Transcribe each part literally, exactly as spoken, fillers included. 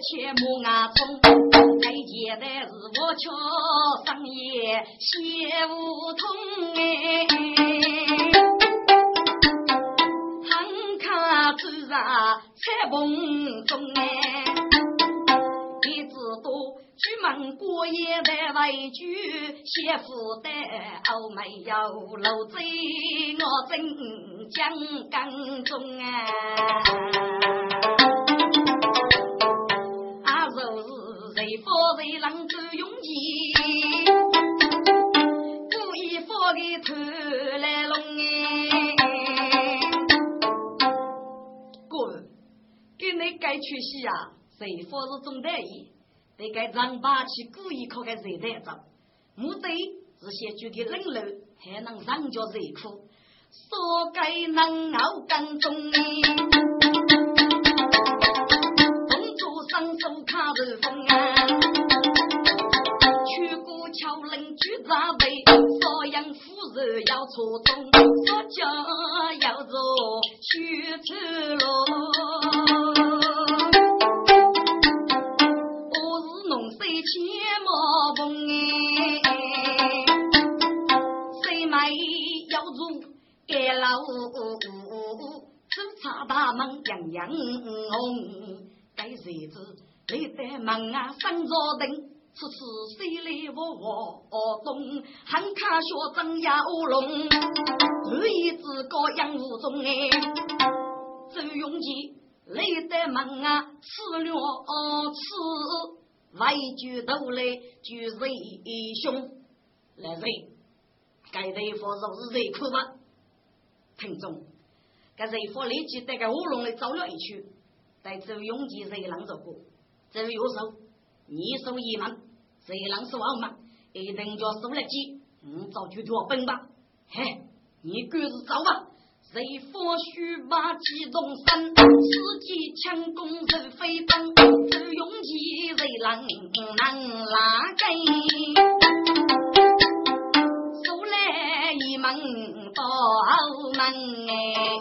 切木牙虫，开业的是我瞧上夜写无通哎，汉卡之上彩蓬中哎，一直都去问过夜的委屈，媳妇的后没有漏嘴，我真讲刚中啊。谁佛谁人都拥挤，故意佛给头来弄哎。哥，给你该出息啊！谁佛是总得意，得该张八去故意靠个谁在走，目的是先举个冷楼，还能上交谁苦，说该能熬干中哎。上手卡着风啊，去过桥人去扎背，所养夫人要出动，说家要走去吃路。我是农谁切莫风哎，谁买要入给老只差大门洋洋红。该日子你在门啊上着灯，此次谁来我我东，汉卡学长呀乌龙，日一子个养无中哎，周永吉你在门啊吃了哦吃，外举头来就瑞兄来瑞，该瑞佛就是瑞苦吧？听众，该瑞佛立即带个乌龙来找了一去。在周永吉谁人走过，周右手你手一门，谁人是王嘛？一定叫手来记，嗯，早就叫奔吧。嘿，你各自走吧。谁佛须把激动山，自己强攻人飞奔，周永吉谁人能拉根？手来一门到门哎。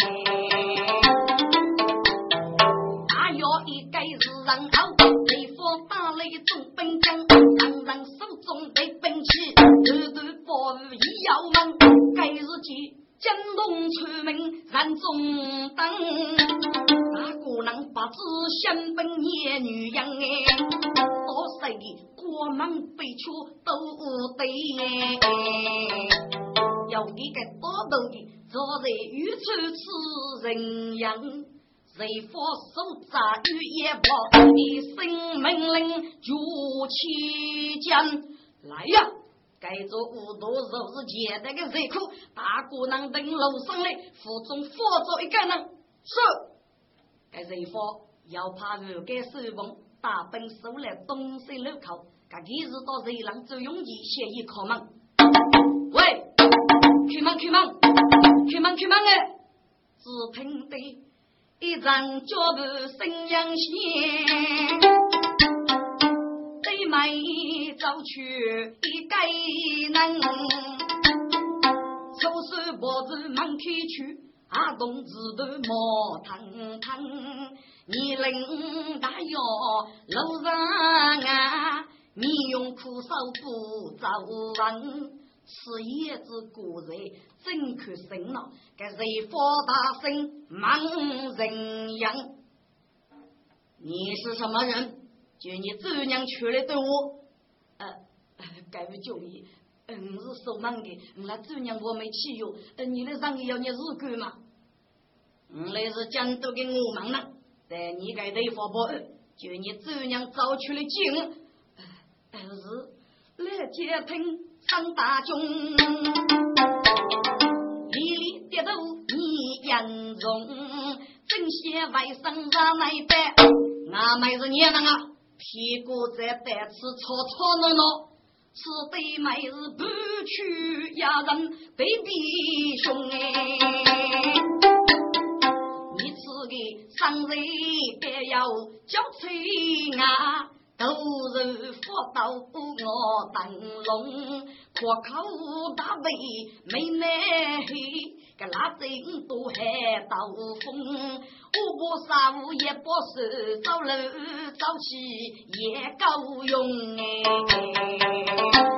然后雷佛打雷中奔将，当然手中被兵器，日日暴雨一要忙，该日记江东出名燃中灯，那个能把子相本野女样哎，多谁过门背出都得要一个多头的坐在御处此人样。谁佛手扎雨也报，一声命令就起将来呀！该做五多肉是接那个谁苦，大姑娘登楼上来，府中佛做一个人是。该谁佛要怕日该手风，大本手来东西路口，该几日到谁人就用计协议考门。喂，开门开门开门开门哎！只听得一张脚步声扬线，对面走去一个人，手手脖子忙开去，阿东子都莫腾腾，你领大哟楼上啊，你用苦手不走完。是叶子古人真可生了，该谁发大声忙人样？你是什么人？就你这娘去来对我？呃，该不就你？嗯，是手忙的，那这娘我没去哟。呃，你的上要你日干嘛？嗯，那是江都给我忙呢，但你该对发不？就你这娘早去了警，呃，是来接听。上大中，里里跌头你严重，正些外甥让来的，那妹子年人啊，屁股在带吃吵吵闹闹，是对妹子不去压人对比兄哎，你此个生日别要交催啊。 都是佛道我灯笼，可口大杯没奈个拉针都还刀锋，我不杀无也不是早楼早起也够用哎。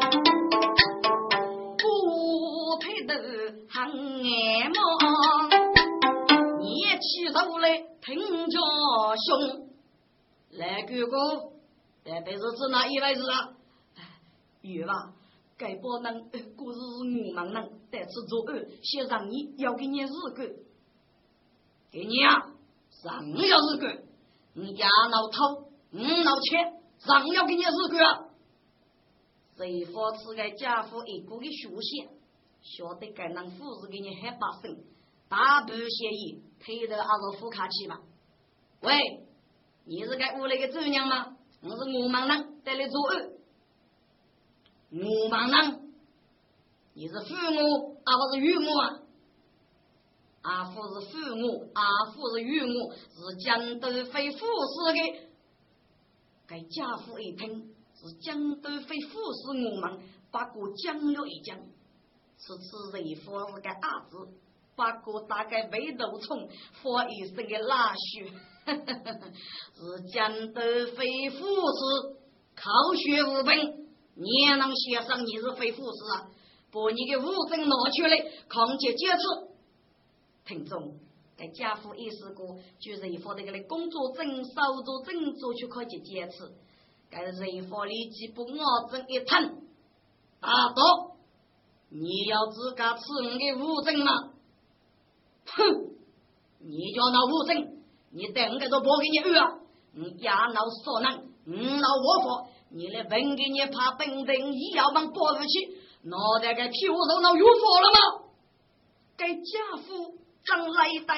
行眼么，你起手来听着凶，来哥哥，这辈子是哪一位子啊？有吧？该不能故事我们能在此作恶，先让你要给你日个，给你啊，上要日个，你家老头，嗯老钱，上要给你日个啊！谁说此个家父一个的学线？晓得该能父子给你害把生，大不协议，配的二个副卡去吧。喂，你是该屋里的主娘吗？我是我忙人带来做恶，我忙人，你是父母，而不是岳母啊？阿父是父母，阿父是岳母，是江都非父氏的。该家父一听是江都非父氏，我们把个讲了一讲。此次人佛是个阿子，八个大概被斗冲，佛一生个拉血，是江德非富士，考学无本，你也能写上你是非富士啊？把你的武证拿出来，抗击接触。听众，该家父意思过，就人佛的个工作证、收入证做去可以接触，该人佛立即不我证一吞，打倒。你要自个吃我的武证吗？哼！你叫那武证，你等个都不给你饿啊！你家老所能，你老我佛，你来本给你怕本等医药帮拨出去，脑袋个屁股都脑有佛了吗？该家父张来带，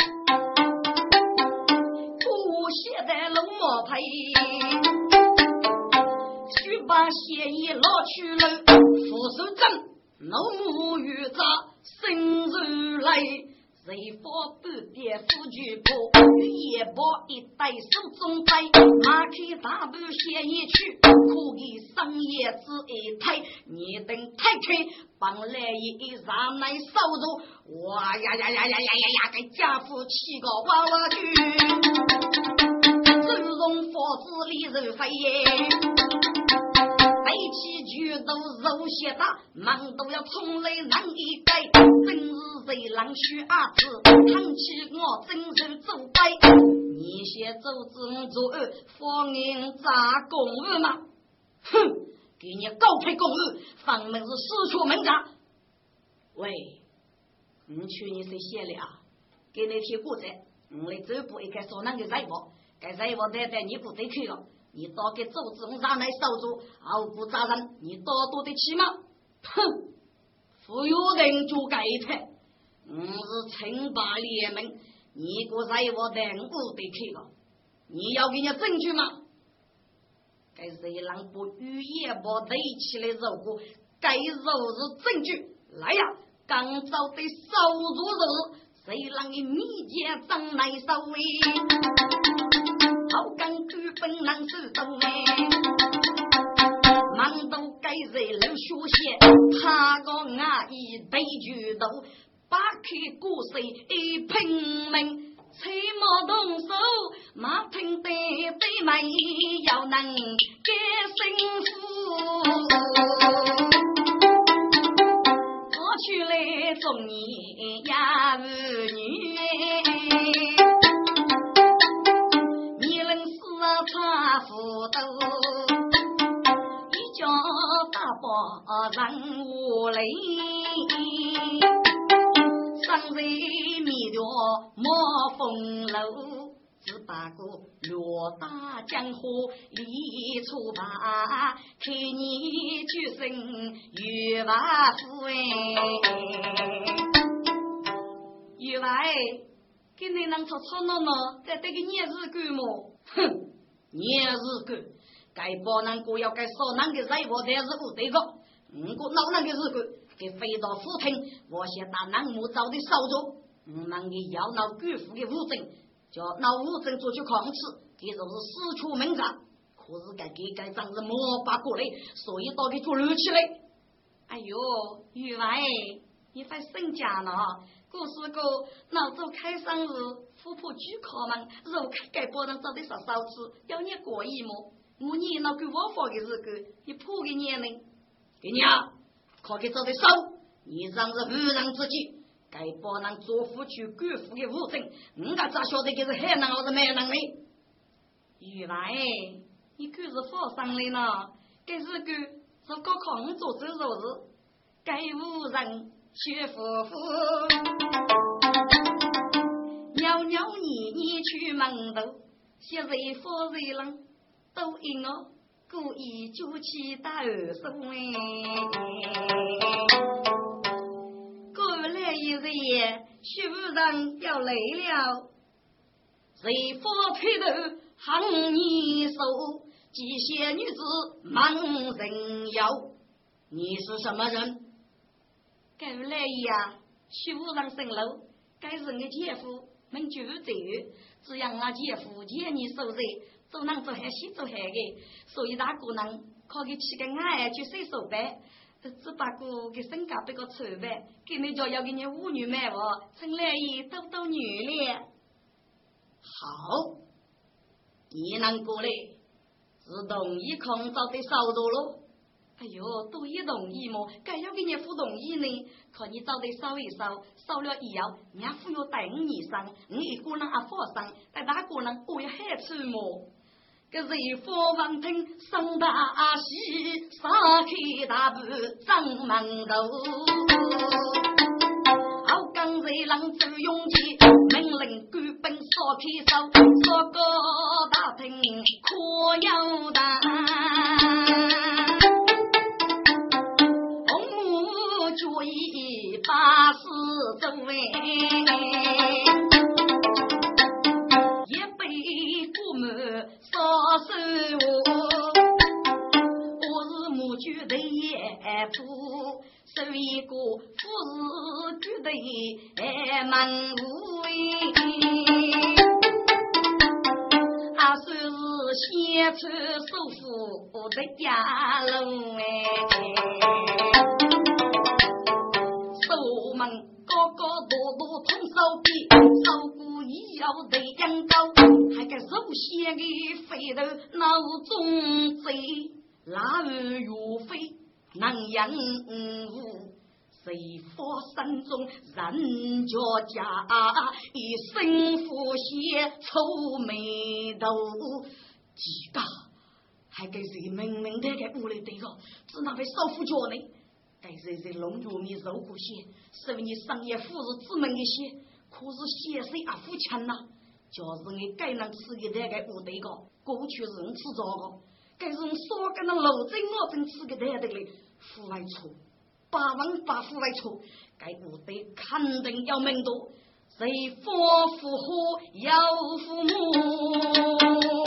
不写的龙毛牌，须把协议捞去了，副手证。老母与杂生如来，谁佛不跌夫举破，夜波一带手中带，马开大步写一曲，可以商业之一台，你等太开，帮来一上来烧肉，哇呀呀呀呀呀呀呀，给家父七个娃娃去，自容佛子里人飞耶。背起举头肉些大，忙都要冲来让一改，真是谁让许阿子，看起我真是走白。你些走正做恶，放人砸公务吗？哼，给你高配公务，方门是四处门闸。喂，你去你谁写了啊？给你贴过在，我来走步一个所能的财宝，该财宝带带你不得去了。你多给周子红上来烧住，毫不扎人，你多多的起吗？哼，富有人就该退，我是称霸联盟，你个在我等不得去了，你要给你证据吗？该谁让不语言不对起来肉骨，该肉是证据，来呀，刚早的烧肉肉，谁让你密接张来烧喂？好干举本难是都哎，忙都该人老学些，他个阿姨对举头，把开故事一拼命，吹毛动手，马听得对门要能给幸福，我去来中你呀儿女。差不多，一家大把人无泪，上人迷着莫风楼，只把个落大江湖里出把，看你举身与瓦夫哎，与瓦哎，给你能吵吵闹闹，在这个年日干么？哼！你也是个该包难过要该少难的财我才是不对个，如果老难的日个给飞到府厅，我先打南木找的烧着，我们给要闹官府的武证，叫闹武证做去抗旨，给就是四处门闸，可可是该给该长子莫把过来，所以到底做lø起来。哎呦，玉娃哎，你快生家了。故事个老早开生日，富婆举考门，肉开盖包上找的啥少吃，要你过意么？我你那给我发的日子，你破个年龄，给你啊，靠给找的少，你让是无人之己，该包能做夫去官府的无证，我咋咋晓得这是海南还是美南呢？玉娃哎，你可是发生了呢，这日个是高考我做这肉日，该无人。学夫妇，袅袅你你去门头，些谁佛谁人，都因我故意就起大耳手哎。过来一日夜，学夫人要来了，谁佛推头行你手，几些女子忙人妖，你是什么人？该不来呀，徐夫人生楼，该是我姐夫，门就走，只让那姐夫见你受罪，做能做还西做还的，所以大姑娘靠给起个爱去洗手呗，只把个给身家别个丑呗，给你叫要给你妇女买我，成来一多多女了。好，你能过来，是同意空找的少多了。哎呦，都也同意么？该要给你不同意呢？可你找得烧一烧，烧了以后，人家父要带我一生，你一个人啊发生，但大个人我也害处么？个是佛王听生大喜，杀开大步张门头，好刚才人走拥挤，命令官兵烧开手，烧个大厅可要大。注意八十周围，也被父母烧死我。我是母居的爷夫，是一个富士居的满屋啊，算是先出首富的家楼哎。手门高高多多通手臂，手骨一摇的羊羔，还个肉馅的肥头脑中贼，拉儿如飞能养物，谁佛山中人家家，一身富血愁眉头，几个还给谁明明的给屋里对个，只那位少妇家呢？该是在龙肉米肉骨些，是为你商业富士之门一些，可是些谁啊付钱呐？就是你该能吃的那个五对个，过去是人吃这个，该是说跟那老真我真吃个那的嘞，付来错，八万八付来错，该五对肯定要命多，谁佛父后要父母。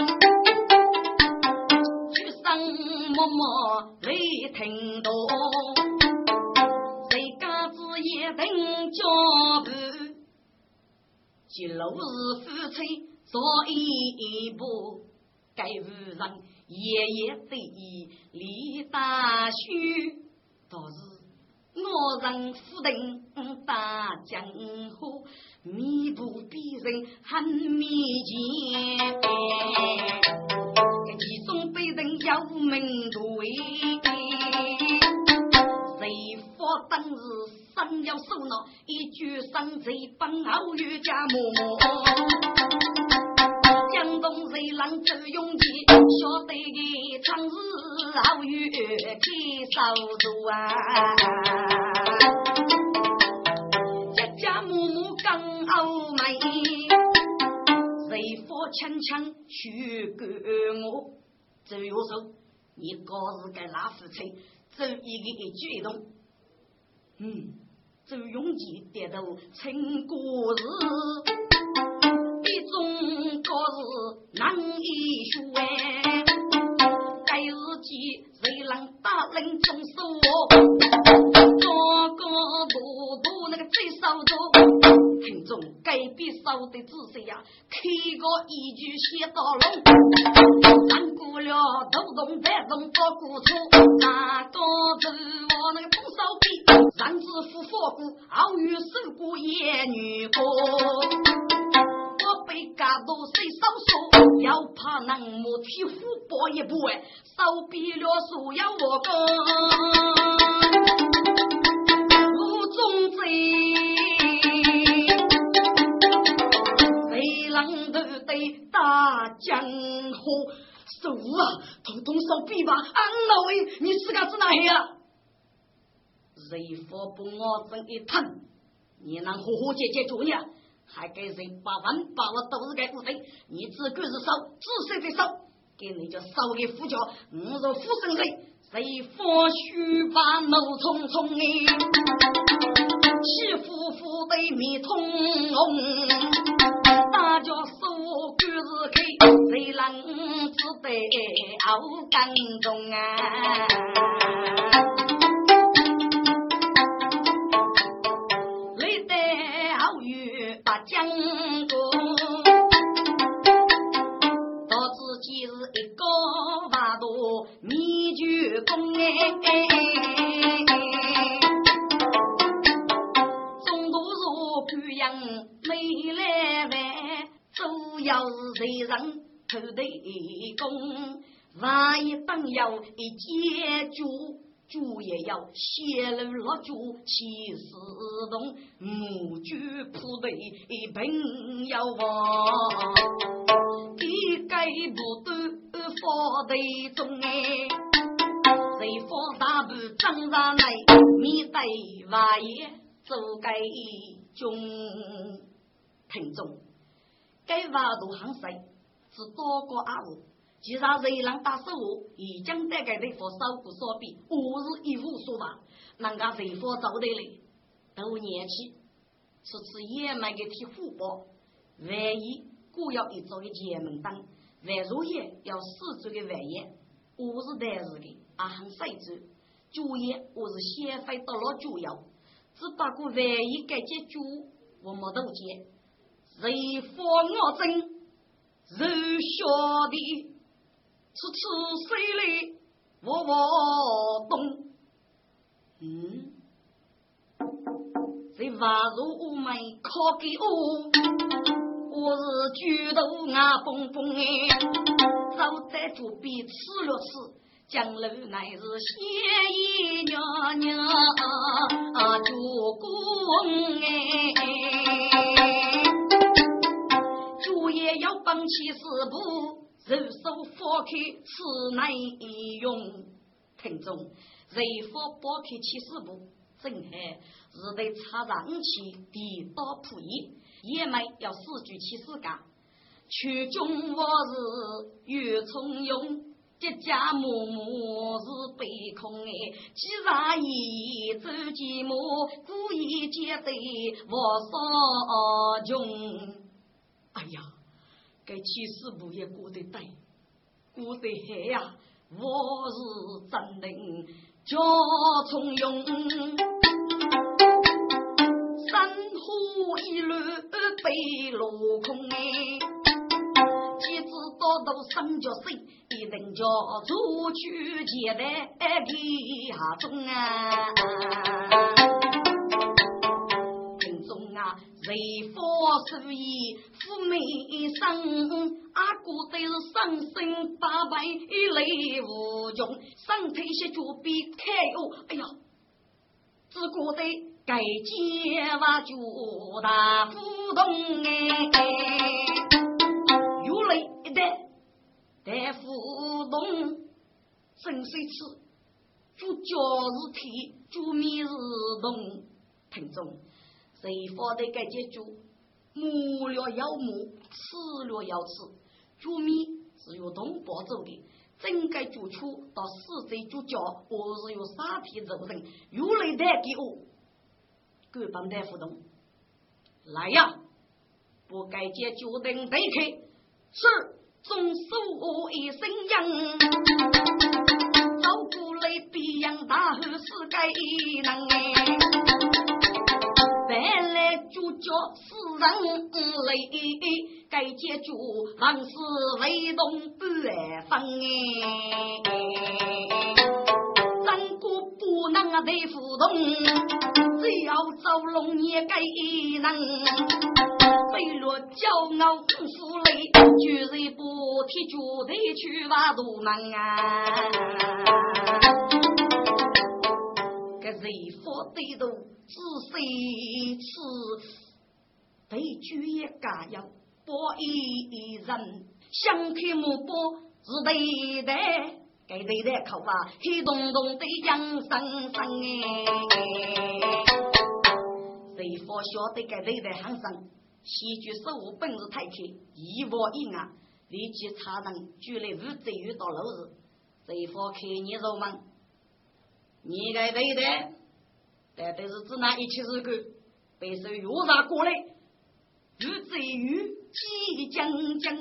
默默雷听到，谁家子也等脚步，几路是夫妻做一步，该无人夜夜对李大须，倒是我人夫人大江湖，弥补别人很密切。其中被人要命对，谁佛当日三要受恼，一句三贼帮熬越家母，江东谁人走拥挤，晓得的长日熬越给烧走啊，家家母母刚熬买。谁佛强强许给我，走右手，你告是该拉夫妻，走一个一举动，嗯，走拥挤跌到成果日，一种告是难以学哎，该日记谁让大人中手我，个个多多那个最少多。 听众改变手的姿势呀，开个一句写到龙，三姑了都懂在动到古处，那个是我那个风骚逼，男子夫佛骨，傲于手骨也女过。我被嘎都谁少说，要怕能木体虎搏一步哎，手比了手要我个无中贼。大江湖手啊，通通手臂吧！啊，老魏，你自个子哪去啊？谁佛不我真一疼，你能活活解决住你，还给人把万把我都是给不对，你只管是手，只谁的手，给你就烧给夫家，我若夫生谁，谁佛须把怒冲冲哎，欺夫妇的米通红。大家手举是开，谁人只得熬感动啊！累得好雨把江过，到自己是一个瓦多米举公哎。要是谁人头的功，万一当要一接住，主也要泄露了主，其实动母举铺的朋友啊，一该不得发的中哎，谁发大不张上来，你得万一走该中听众。该挖都行谁是多过阿五，既然谁能打手我，已经大概对佛烧骨烧比，我是一无所法，人家谁佛走的嘞，都年轻，是吃野蛮的替虎包，万一故要一做的节门当，万如也要四周的万也，我是单日的阿行谁走，主业我是先飞到了主要，只不过万一该解主我没都解。谁佛我真人晓得是吃谁嘞我我懂嗯谁挖入我们靠给我我是举头啊蹦蹦哎早在主笔吃了吃江楼乃是谢意娘娘啊主公哎也要放弃四步，人手放开此乃用。听众，人佛放开七四步，正还是得插上去地道铺野，也没要四句七四家。曲中我是越从容，这家默默是悲空哎，既然已走寂寞，故意接对我所穷。哎呀！该七十步也过得对，过得黑呀！我是真能叫从容，山河一路被落空哎，几只多都生着水，一人叫出去接待地下中啊！谁佛所以富美生，阿姑都是上身八百泪无穷，上腿些就比开哦，哎呀，只顾得改结哇就大互动哎，有泪的大互动，真是吃，就教是体，就米是动，听众。谁发的该解决母了要母，吃了要吃，煮米是由东北走的，真该煮出到四岁煮脚，我是有沙皮走人，有来带给我，各帮带互动，来呀，不该解决等得开，是总受我一声扬，照顾来比样大后是该能哎。本来主角说世人泪该解决往事为动半分哎，三国不能啊得浮动，只要走龙也该能飞落骄傲负累，居然不提就得去挖土门啊，个谁佛对头是谁是被举也嘎要博一人想看目波是对的给对的口吧黑洞洞的养生生哎，谁佛晓得给对的行生戏剧手无本事太开一窝一啊立即查能举来无罪遇到楼子谁佛看你肉吗你给对的但都是只拿一起日个被手又啥过来如至于即将将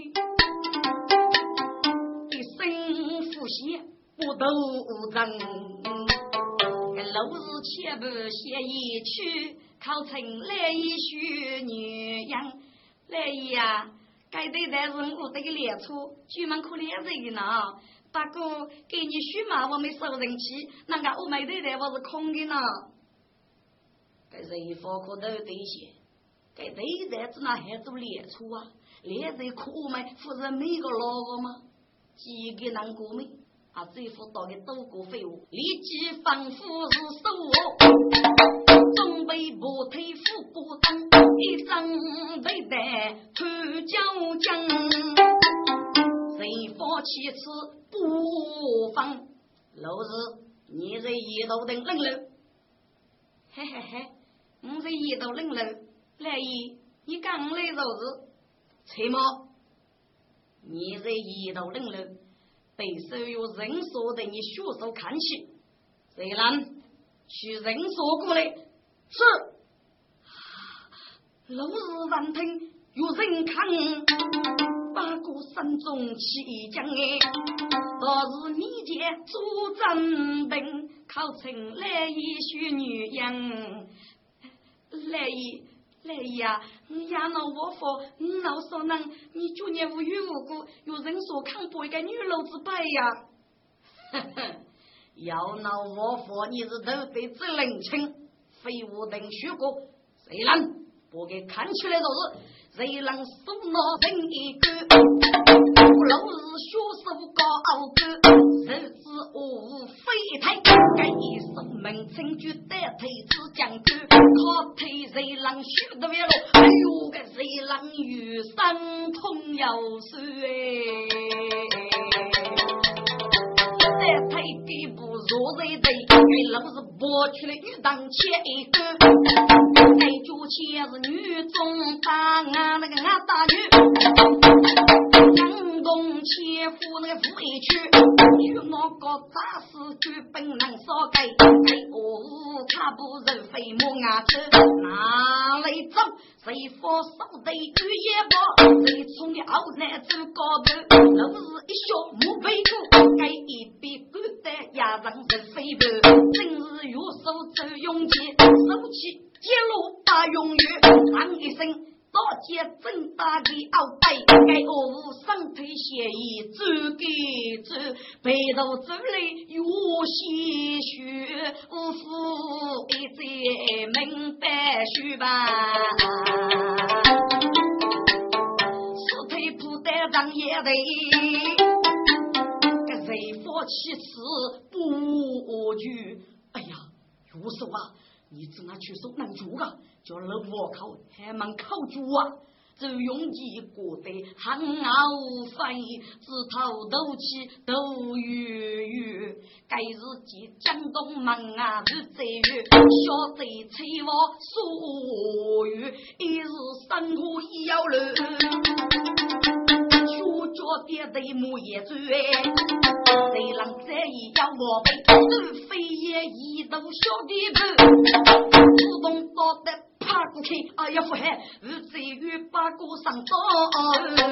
一生复写不斗争老日且不写一曲考成来一许女样来呀该对待人物这个列出居门可怜人呢不过给你许嘛我没收人气那个我没对待我是空的呢该人佛可都对些该对待只那还做列出啊列在苦吗不是每个老个吗几个难过没啊这副到的都过废物立即仿佛是手中被不推腹不当一张对待出交将谁发起此不放老子你这一头的冷了嘿嘿嘿我这一头冷了来一你刚来老子吹毛你这一头冷了被所有人说的你学手看起虽然去人说过来是老日万听有人看八股山中起将哎若是你姐主战兵考成来一许女样来一来呀你呀那我佛你老说能你就年无语无故有人说看不一个女老子拜呀呵呵要闹我佛你是都得知冷清非无等学过谁让不给看起来就是谁让手拿人一个老是学手高傲个日子无非太该一生门清举带腿子讲句靠腿谁让学的别了哎呦个谁让与山通要水带腿给不弱谁的给老是拨去了鱼当切一个该就切是女中大啊那个啊大女阳东切夫那个夫委屈去我个杂事去本能所改给我卡不人非莫牙齿哪里走谁佛手的雨也不谁从你熬来走高头老是一笑木背骨该一笔不得呀让人飞步真是有手走勇气手起揭露大永远当一声多接正大的鳌拜该我上推协议只给这背头这里有些许无福一节明白许吧是推不得让也得个谁佛其词不惧哎呀有手啊你只拿去手能住啊叫了我靠还蛮靠住啊这用一过的很傲飞自头斗气斗鱼鱼该日记江东门啊日贼鱼小贼催我所鱼一日生活一要了出脚跌的木叶子谁让这一要我被非也一头小弟不自动到的怕过去哎呀不害日子与八股上刀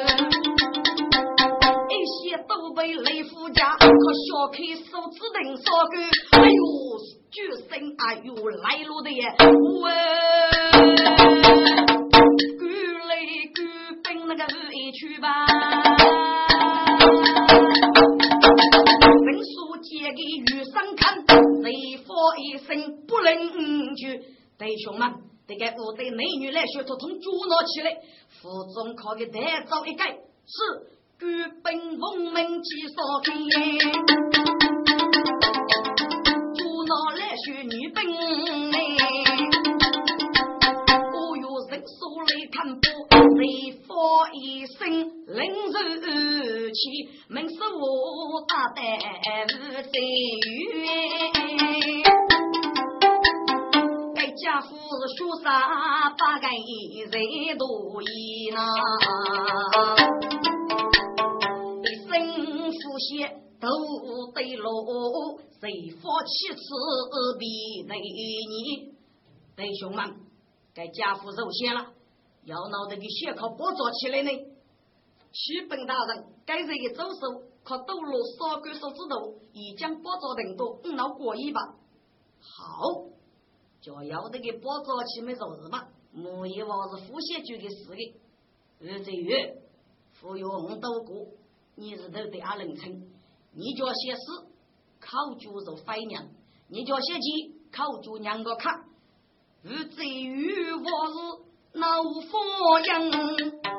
一些都被雷夫家可小开手指等说个哎呦巨声哎呦来路的耶喂一去吧。人书借给雨上看，雷佛一声不能去。弟兄们，这个部队美女来学，统统捉拿起来，府中考给带走一概是举本奉命去所看。捉拿来学女兵我有人手来看不雷佛一声令如起门是我大胆无贼语该家父说啥八个人都一呐一声父血都对路谁佛七次比内你弟兄们该家父受限了要闹得给血口包抓起来呢去本大人该这个走手靠斗罗烧鬼手指头已将包抓人多嗯闹过一吧好就要这个包抓起没走日吧木一王是副血局的事的而这月富有五斗过你是头的阿人称你就写诗靠住走飞娘你就写起靠住两个看而至于我是老佛样